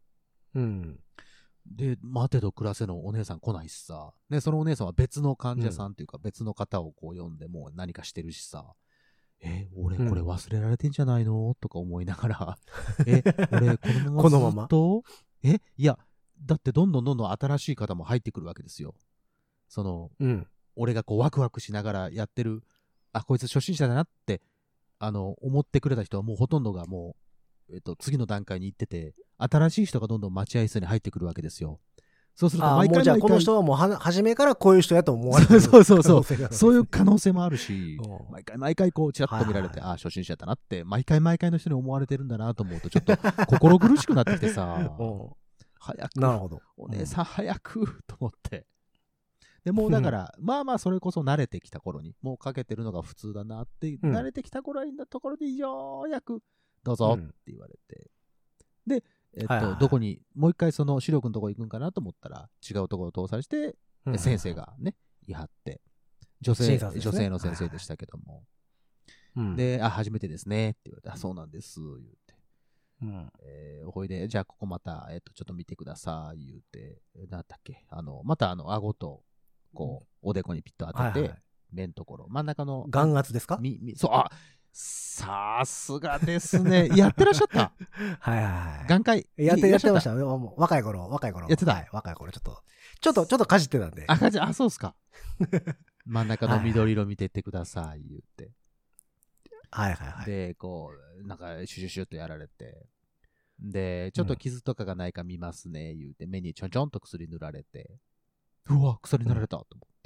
[SPEAKER 3] で、待てど暮らせのお姉さん来ないしさ、ね、そのお姉さんは別の患者さんっていうか、別の方をこう呼んでもう何かしてるしさ、俺これ忘れられてんじゃないのとか思いながら、俺このままずっといや、だってどんどん新しい方も入ってくるわけですよ。俺がこうワクワクしながらやってる、あ、こいつ初心者だなって、思ってくれた人はもうほとんどがもう、次の段階に行ってて、新しい人がどんどん待合室に入ってくるわけですよ。そうすると毎回
[SPEAKER 2] じゃあこの人はもう初めからこういう人やと思われてる。
[SPEAKER 3] そう。そういう可能性もあるし、毎回こうチラッと見られて、あ、初心者だなって、毎回の人に思われてるんだなと思うと、ちょっと心苦しくなってきてさ、早く、
[SPEAKER 2] なるほど。
[SPEAKER 3] お姉さん早く、と思って。でもうだから、まあそれこそ慣れてきた頃に、もうかけてるのが普通だなって、慣れてきた頃のところでようやく、どうぞって言われて。で、どこに、もう一回その視力のところ行くんかなと思ったら、違うところを通されて、先生がね、いはって、女性の先生でしたけども。で、あ、初めてですねって言われて、あ、そうなんです、言うて。ほいで、じゃあここまた、ちょっと見てください、言うて、なんだっけ、また顎と、こう、おでこにピッと当てて、目のところ、真ん中の。
[SPEAKER 2] 眼圧ですか？
[SPEAKER 3] そう、あ、さすがですね。やってらっしゃった。眼科医。
[SPEAKER 2] やってました。若い頃。
[SPEAKER 3] やってた。
[SPEAKER 2] 若い頃、ちょっとかじってたんで。
[SPEAKER 3] あ、そうっすか。真ん中の緑色見てってください、言って。で、こう、なんか、シュシュシュっとやられて。で、ちょっと傷とかがないか見ますね、言うて、目にちょんと薬塗られて。うわ、薬塗られたと思って。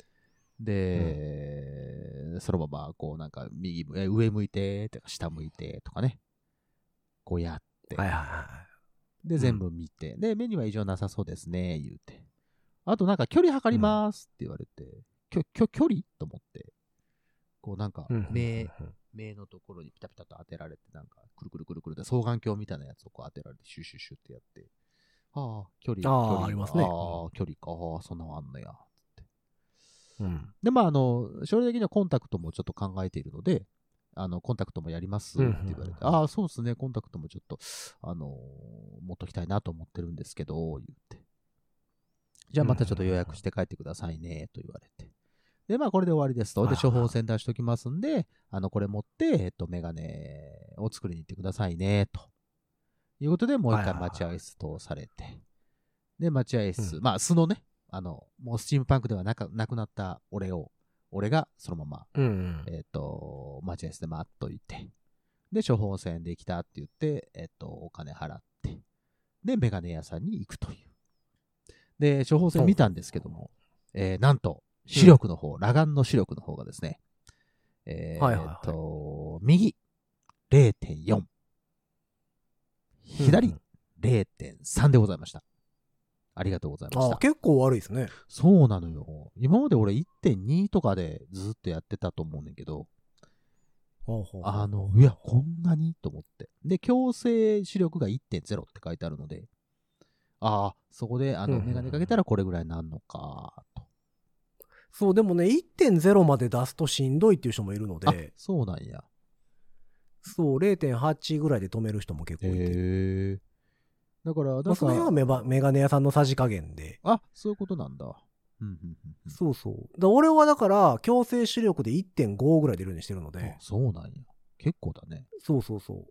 [SPEAKER 3] で、そのまま、こうなんか、上向いて、とか下向いて、とかね。こうやって。で、全部見て。で、目には異常なさそうですね、言うて。あとなんか、距離測りますって言われて。距離と思って。こうなんか、目のところにピタピタと当てられて、なんか、くるくるくるくるで、双眼鏡みたいなやつをこう当てられて、シュシュシュってやって。ああ、距離。
[SPEAKER 2] ありますね。
[SPEAKER 3] ああ、距離か。ああ、そんなのあんのや。で、まあ、将来的にはコンタクトもちょっと考えているので、コンタクトもやりますって言われて、ああ、そうですね、コンタクトもちょっと、持っときたいなと思ってるんですけど、言って。じゃあまたちょっと予約して帰ってくださいね、と言われて。で、まあ、これで終わりですと。で、処方箋出しときますんで、これ持って、メガネを作りに行ってくださいね、ということで、もう一回待合室通されて。で、待合室、まあ、素のね、もうスチームパンクではなくなった俺がそのまま、待合室で待っといて、で、処方箋できたって言って、お金払って、で、メガネ屋さんに行くという。で、処方箋見たんですけども、なんと、視力の方、裸眼の視力の方がですね、右 0.4、左 0.3 でございました。ありがとうございました。
[SPEAKER 2] 結構悪いですね。
[SPEAKER 3] そうなのよ。今まで俺 1.2 とかでずっとやってたと思うねんけど、いや、こんなにと思って。で、矯正視力が 1.0 って書いてあるので、そこで、メガネかけたらこれぐらいなんのか、と。
[SPEAKER 2] そう、でもね、1.0 まで出すとしんどいっていう人もいるので。
[SPEAKER 3] そうなんや。
[SPEAKER 2] そう、0.8 ぐらいで止める人も結構いて。
[SPEAKER 3] だから、なんか、
[SPEAKER 2] その辺はメガネ屋さんのさじ加減で。
[SPEAKER 3] あ、そういうことなんだ。
[SPEAKER 2] そうそう。俺はだから、強制視力で 1.5 ぐらい出るようにしてるので。
[SPEAKER 3] そうなんや。結構だね。
[SPEAKER 2] そうそうそう。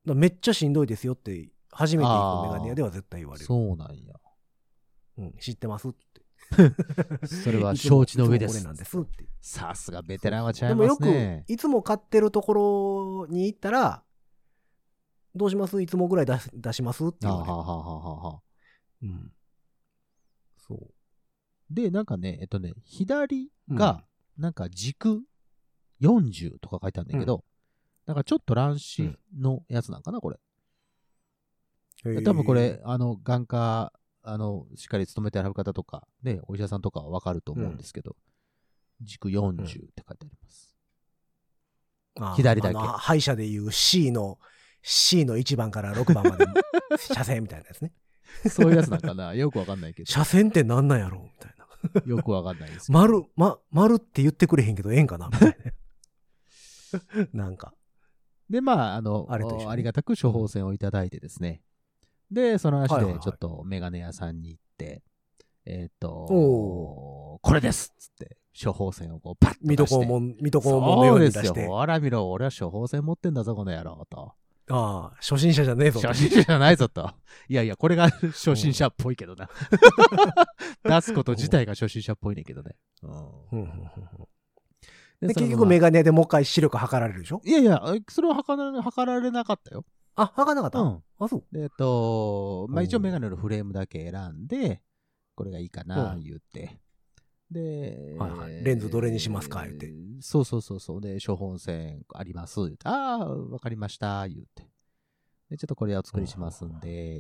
[SPEAKER 2] めっちゃしんどいですよって、初めて行くメガネ屋では絶対言われる。
[SPEAKER 3] そうなんや。
[SPEAKER 2] うん、知ってますって。
[SPEAKER 3] それは承知の上です。
[SPEAKER 2] 俺なんですって。
[SPEAKER 3] さすがベテランは違いますね。
[SPEAKER 2] でもよく、いつも買ってるところに行ったら、どうしますいつもぐらい出しますって言われる。うん。そう。
[SPEAKER 3] で、なんかね、左が、なんか軸40とか書いてあるんだけど、なんかちょっと乱視のやつなんかな、これ。多分これ、眼科、しっかり勤めてある方とか、ね、お医者さんとかはわかると思うんですけど、軸40って書いてあります。左だけ。
[SPEAKER 2] 歯医者でいう C の1番から6番まで車線みたいなやつね。
[SPEAKER 3] そういうやつなんかなよくわかんないけど。
[SPEAKER 2] 車線ってなんなんやろみたいな。
[SPEAKER 3] よくわかんないです。
[SPEAKER 2] 丸って言ってくれへんけどええんかなみたいな。なんか。
[SPEAKER 3] で、まあ、ありがたく処方箋をいただいてですね。で、その足でちょっとメガネ屋さんに行って、これですっつって、処方箋をこうパッと出して。
[SPEAKER 2] 水戸黄門のように出して。
[SPEAKER 3] そうですよ。ほら見ろ、俺は処方箋持ってんだぞ、この野郎と。
[SPEAKER 2] ああ、初心者じゃねえぞ。
[SPEAKER 3] 初心者じゃないぞと。いやいや、これが初心者っぽいけどな。出すこと自体が初心者っぽいねんけどね。
[SPEAKER 2] で結局メガネでもう一回視力測られるでしょ？
[SPEAKER 3] いやいや、それは測られなかったよ。
[SPEAKER 2] あ、測らなかった？
[SPEAKER 3] あ、そう。まあ一応メガネのフレームだけ選んで、これがいいかな、言って。で、
[SPEAKER 2] レンズどれにしますか言って。
[SPEAKER 3] そう。で、処方箋あります。言って。ああ、わかりました。言って。で、ちょっとこれをお作りしますんで、言って。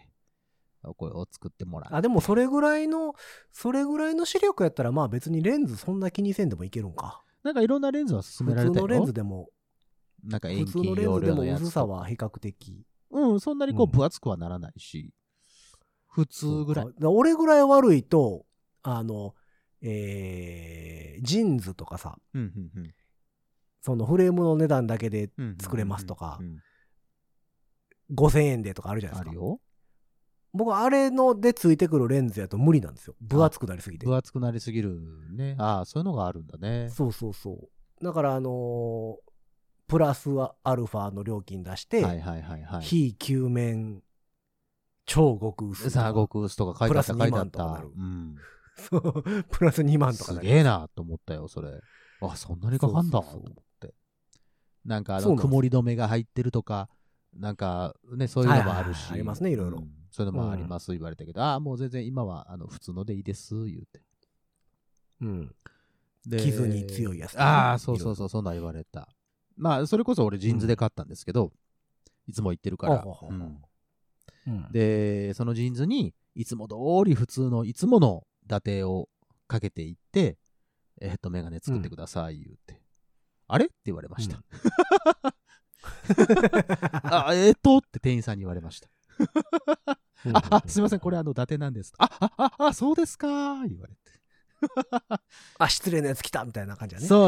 [SPEAKER 3] これを作ってもらって。
[SPEAKER 2] でもそれぐらいの視力やったら、まあ別にレンズそんな気にせんでもいけるんか。
[SPEAKER 3] なんかいろんなレンズは勧められたよ。
[SPEAKER 2] 普通のレンズでも。
[SPEAKER 3] なんか遠近容量のやつ。
[SPEAKER 2] 薄さは比較的。
[SPEAKER 3] そんなにこう分厚くはならないし。普通ぐらい。
[SPEAKER 2] 俺ぐらい悪いと、ジーンズとかさ、そのフレームの値段だけで作れますとか、5000円でとかあるじゃないですか。あるよ。僕あれのでついてくるレンズやと無理なんですよ。分厚くなりすぎて。
[SPEAKER 3] 分厚くなりすぎるね。そういうのがあるんだね。
[SPEAKER 2] そう。だからプラスアルファの料金出して、非球面超極薄。
[SPEAKER 3] 極薄とか書いてあった。プラス2万とかなる。
[SPEAKER 2] そう、プラス2万とか
[SPEAKER 3] すげえなと思ったよ、それ。そんなにかかんだと思って。なんか曇り止めが入ってるとか、なんかね、そういうのもあるし。
[SPEAKER 2] ありますね、いろいろ。
[SPEAKER 3] そういうのもあります、言われたけど、もう全然今は普通のでいいです、言うて。
[SPEAKER 2] 傷に強いやつ。
[SPEAKER 3] そう、そんな言われた。まあ、それこそ俺ジーンズで買ったんですけど、いつも言ってるから。で、そのジーンズに、いつも通り普通のいつもの伊達をかけていって、メガネ作ってください、言うて。あれって言われました。って店員さんに言われました。すいません、これ伊達なんです。そうですか言われて。
[SPEAKER 2] 失礼なやつ来たみたいな感じだね。
[SPEAKER 3] そう。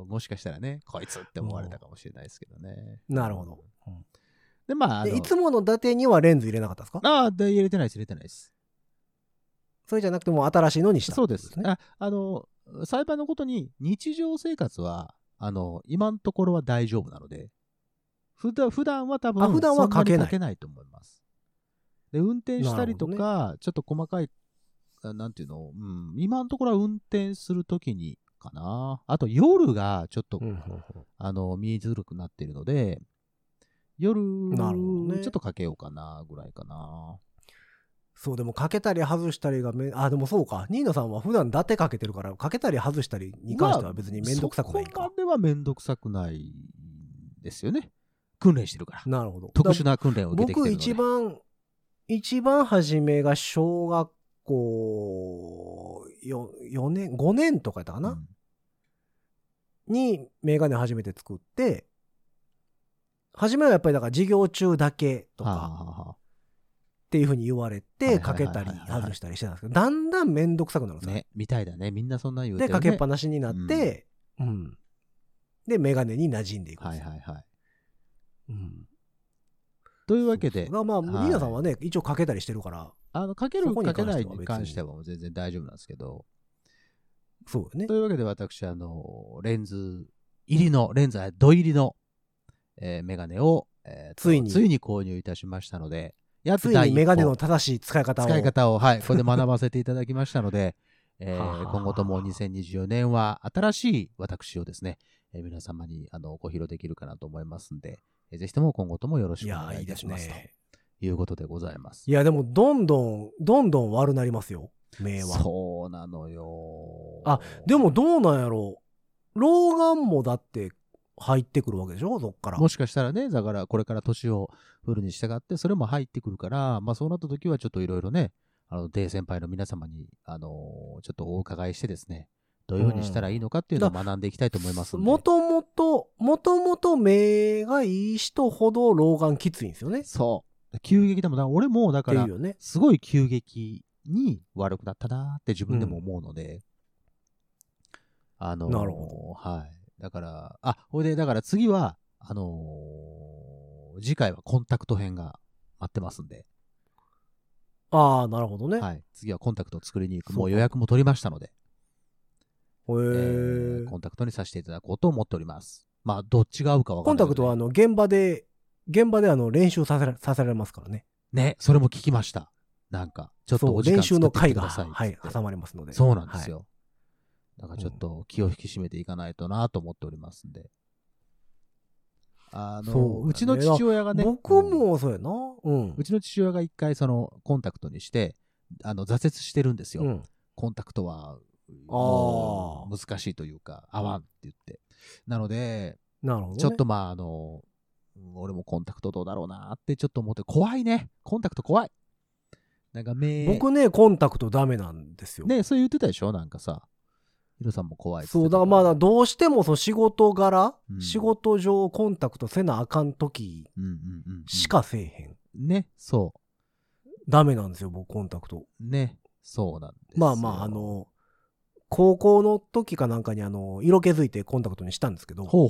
[SPEAKER 3] もしかしたらね、こいつって思われたかもしれないですけどね。
[SPEAKER 2] なるほど。
[SPEAKER 3] で、まあ、
[SPEAKER 2] いつもの伊達にはレンズ入れなかったですか？
[SPEAKER 3] 入れてないです。
[SPEAKER 2] それじゃなくても新しいのにした。
[SPEAKER 3] そうです。幸いのことに日常生活は、今のところは大丈夫なので、普段は多分、
[SPEAKER 2] 普段はかけ
[SPEAKER 3] ないと思います。で、運転したりとか、ちょっと細かい、なんていうの、今のところは運転するときにかな。あと夜がちょっと、見えづらくなっているので、夜、ちょっとかけようかな、ぐらいかな。
[SPEAKER 2] そう、でもかけたり外したりがでもそうか。ニーナさんは普段伊達かけてるから、かけたり外したりに関しては別にめんどくさくないか。
[SPEAKER 3] そこまではめんどくさくないですよね。訓練してるから。
[SPEAKER 2] なるほど。
[SPEAKER 3] 特殊な訓練を受けてきてるので。
[SPEAKER 2] 僕一番初めが小学校4年、5年とかやったかな、にメガネ初めて作って、初めはやっぱりだから授業中だけとか、っていうふうに言われて、かけたり外したりしてたんですけど、だんだんめんどくさくなるんですよ。
[SPEAKER 3] ね、みたいだね。みんなそんな言うてるね。
[SPEAKER 2] で、かけっぱなしになって、で、メガネに馴染んでいくんですよ。
[SPEAKER 3] というわけで。
[SPEAKER 2] まあ、リーナさんはね、一応かけたりしてるから。
[SPEAKER 3] かけるかけないに関しては全然大丈夫なんですけど。
[SPEAKER 2] そうよね。
[SPEAKER 3] というわけで私、レンズ入りの、土入りの、メガネを、ついに購入いたしましたので、
[SPEAKER 2] ついにメガネの正しい使い方
[SPEAKER 3] を、はい、ここで学ばせていただきましたので、今後とも2024年は新しい私をですね、皆様にご披露できるかなと思いますんで、ぜひとも今後ともよろしくお願いいたします。ということでございます。
[SPEAKER 2] いや、でもどんどん悪なりますよ、目は。
[SPEAKER 3] そうなのよ。
[SPEAKER 2] でもどうなんやろう。老眼もだって入ってくるわけでしょ、そっから。
[SPEAKER 3] もしかしたらね、だからこれから年をフルに従って、それも入ってくるから、まあそうなった時はちょっといろいろね、デイ先輩の皆様に、ちょっとお伺いしてですね、どういうふうにしたらいいのかっていうのを学んでいきたいと思いますので。
[SPEAKER 2] もともと目がいい人ほど老眼きついんですよね。
[SPEAKER 3] そう。急激でも、俺もだから、すごい急激に悪くなったなって自分でも思うので。
[SPEAKER 2] なるほ
[SPEAKER 3] ど。はい。だから、ほいで、だから次は、次回はコンタクト編が待ってますんで。
[SPEAKER 2] なるほどね。
[SPEAKER 3] はい。次はコンタクトを作りに行く。もう予約も取りましたので。コンタクトにさせていただこうと思っております。まあ、どっちが合うか分かんない、
[SPEAKER 2] コンタクトは現場で練習させられますからね。
[SPEAKER 3] ね、それも聞きました。なんか、ちょっとお時間作ってきてください。
[SPEAKER 2] 練習の会が、挟まれますので。
[SPEAKER 3] そうなんですよ。だからちょっと気を引き締めていかないとなと思っておりますんで。うちの父親がね。
[SPEAKER 2] 僕もそうやな。
[SPEAKER 3] うちの父親が一回そのコンタクトにして、挫折してるんですよ。コンタクトは、難しいというか、合わんって言って。なので、ちょっとまあ俺もコンタクトどうだろうなってちょっと思って、怖いね。コンタクト怖い。なんか
[SPEAKER 2] 僕ね、コンタクトダメなんですよ。
[SPEAKER 3] ね、そう言ってたでしょ、なんかさ。ヒロさんも怖い。
[SPEAKER 2] そう、だからまだどうしても仕事柄、仕事上コンタクトせなあかんときしかせえへん。
[SPEAKER 3] ね、そう。
[SPEAKER 2] ダメなんですよ、僕コンタクト。
[SPEAKER 3] ね、そうなんですよ。
[SPEAKER 2] まあまあ、高校の時かなんかに色気づいてコンタクトにしたんですけど。ド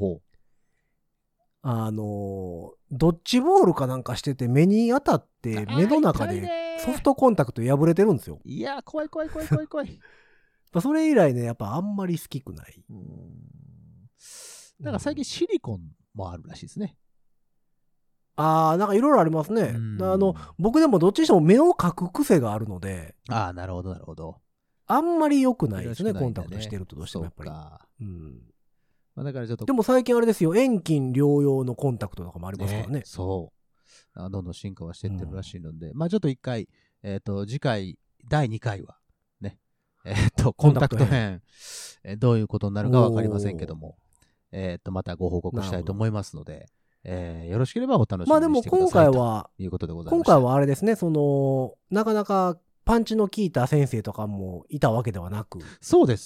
[SPEAKER 2] ッジボールかなんかしてて目に当たって目の中でソフトコンタクト破れてるんですよ。
[SPEAKER 3] いや、怖い。
[SPEAKER 2] それ以来ね、やっぱあんまり好きくない。
[SPEAKER 3] なんか最近シリコンもあるらしいですね。
[SPEAKER 2] なんかいろいろありますね。僕でもどっちにしても目を描く癖があるので。
[SPEAKER 3] なるほど。
[SPEAKER 2] あんまり良くないですね、コンタクトしてるとどうしてもやっぱり。
[SPEAKER 3] だからちょっと。
[SPEAKER 2] でも最近あれですよ、遠近療養のコンタクトとかもありますからね。
[SPEAKER 3] そう。どんどん進化はしていってるらしいので、まあちょっと一回、次回、第2回は、ね、コンタクト編、どういうことになるかわかりませんけども、またご報告したいと思いますので、よろしければお楽しみにしてください。まあでも今回は、ということでございます。
[SPEAKER 2] 今回はあれですね、なかなかパンチの効いた先生とかもいたわけではなく。
[SPEAKER 3] そうです。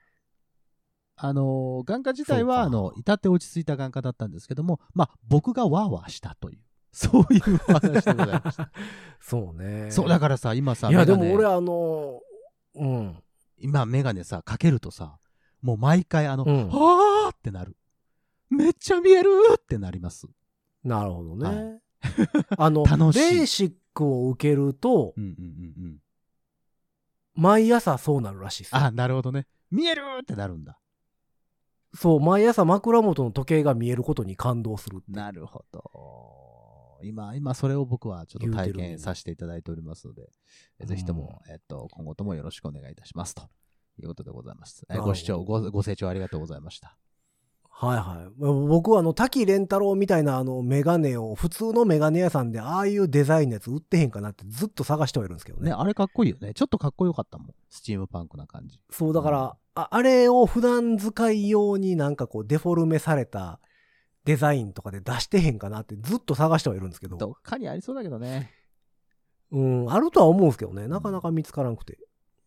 [SPEAKER 3] 眼科自体は、至って落ち着いた眼科だったんですけども、まあ、僕がワーワーしたという、そういうお話でございました。
[SPEAKER 2] そうね。
[SPEAKER 3] そう、だからさ、今さ、
[SPEAKER 2] いや、でも俺
[SPEAKER 3] 今、メガネさ、かけるとさ、もう毎回、はーってなる。めっちゃ見えるってなります。
[SPEAKER 2] なるほどね。楽しい。ベーシックを受けると、毎朝そうなるらしいです。
[SPEAKER 3] なるほどね。見えるってなるんだ。
[SPEAKER 2] そう、毎朝枕元の時計が見えることに感動する。
[SPEAKER 3] なるほど。今それを僕はちょっと体験させていただいておりますので、ぜひとも、今後ともよろしくお願いいたしますということでございます。ご視聴、ご清聴ありがとうございました。
[SPEAKER 2] はいはい。僕は滝蓮太郎みたいなメガネを普通のメガネ屋さんでああいうデザインのやつ売ってへんかなってずっと探してはいるんですけどね。
[SPEAKER 3] あれかっこいいよね。ちょっとかっこよかったもん。スチームパンクな感じ。
[SPEAKER 2] そう、だから、あれを普段使い用になんかこうデフォルメされたデザインとかで出してへんかなってずっと探してはいるんですけど。
[SPEAKER 3] どっかにありそうだけどね。
[SPEAKER 2] あるとは思うんですけどね。なかなか見つからなくて。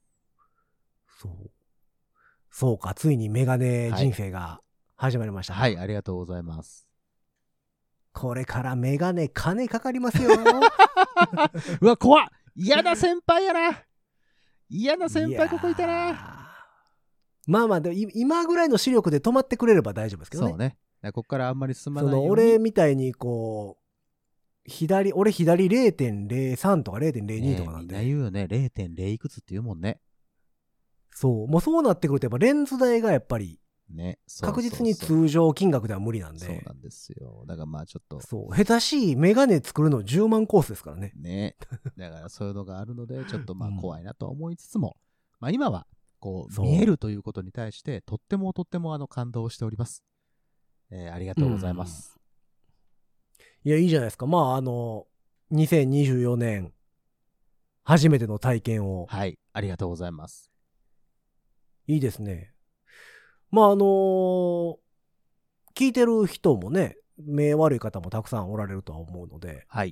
[SPEAKER 2] そうか、ついにメガネ人生が始まりました。
[SPEAKER 3] はい、ありがとうございます。
[SPEAKER 2] これからメガネ金かかりますよ。
[SPEAKER 3] うわ、怖っ。嫌な先輩やな。嫌な先輩ここいたな。
[SPEAKER 2] まあまあ、今ぐらいの視力で止まってくれれば大丈夫ですけどね。
[SPEAKER 3] そうね。 ここからあんまり進まないように。
[SPEAKER 2] 俺みたいにこう、俺左 0.03 とか 0.02 とかなんで。
[SPEAKER 3] みんな言うよね。0.0 いくつって言うもんね。
[SPEAKER 2] そう。もうそうなってくると、やっぱレンズ代がやっぱり、
[SPEAKER 3] ね。
[SPEAKER 2] 確実に通常金額では無理なんで。
[SPEAKER 3] そうなんですよ。だからまあちょっと。
[SPEAKER 2] そう。下手しいメガネ作るの10万コースですからね。
[SPEAKER 3] ね。だからそういうのがあるので、ちょっとまあ怖いなと思いつつも、まあ今は、こう、見えるということに対して、とっても感動しております。ありがとうございます。
[SPEAKER 2] いや、いいじゃないですか。まあ、2024年、初めての体験を。
[SPEAKER 3] はい。ありがとうございます。
[SPEAKER 2] いいですね。まあ、聞いてる人もね、目悪い方もたくさんおられるとは思うので、
[SPEAKER 3] はい。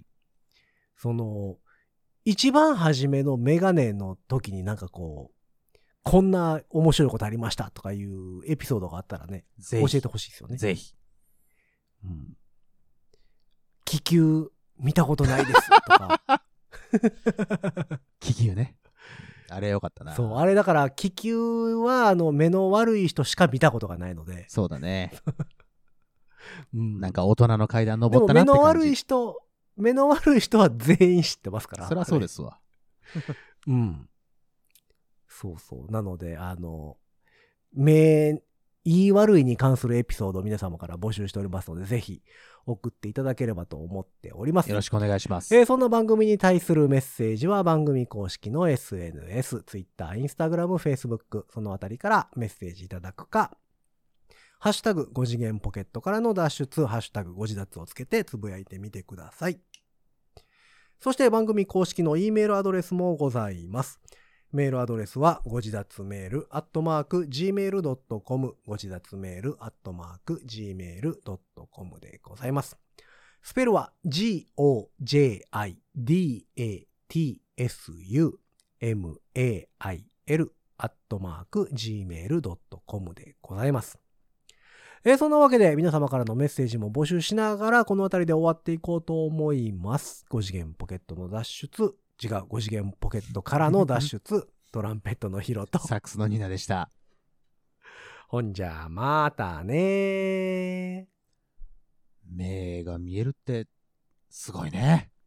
[SPEAKER 2] 一番初めのメガネの時になんかこう、こんな面白いことありましたとかいうエピソードがあったらね、教えてほしいですよね。
[SPEAKER 3] ぜひ。
[SPEAKER 2] うん。気球見たことないですとか。
[SPEAKER 3] 気球ね。あれよかったな。
[SPEAKER 2] そう、あれだから気球は目の悪い人しか見たことがないので。
[SPEAKER 3] そうだね。
[SPEAKER 2] うん、
[SPEAKER 3] なんか大人の階段登ったなって感じ。
[SPEAKER 2] でも目の悪い人は全員知ってますから。
[SPEAKER 3] そりゃそうですわ。
[SPEAKER 2] うん。そうそう。なので、言い悪いに関するエピソードを皆様から募集しておりますので、ぜひ送っていただければと思っております。
[SPEAKER 3] よろしくお願いします。
[SPEAKER 2] そんな番組に対するメッセージは番組公式の SNS、Twitter、Instagram、Facebook、そのあたりからメッセージいただくか、ハッシュタグ5次元ポケットからの脱出、ハッシュタグ5次脱をつけてつぶやいてみてください。そして番組公式の E メールアドレスもございます。メールアドレスはご自立メール@gmail.com ご自立メール@gmail.com でございます。スペルは GOJIDATSUMAIL@gmail.com でございます。そんなわけで皆様からのメッセージも募集しながらこの辺りで終わっていこうと思います。5次元ポケットの脱出。5次元ポケットからの脱出。トランペットのヒロと
[SPEAKER 3] サックスのニナでした。
[SPEAKER 2] ほんじゃまたね。
[SPEAKER 3] 目が見えるってすごいね。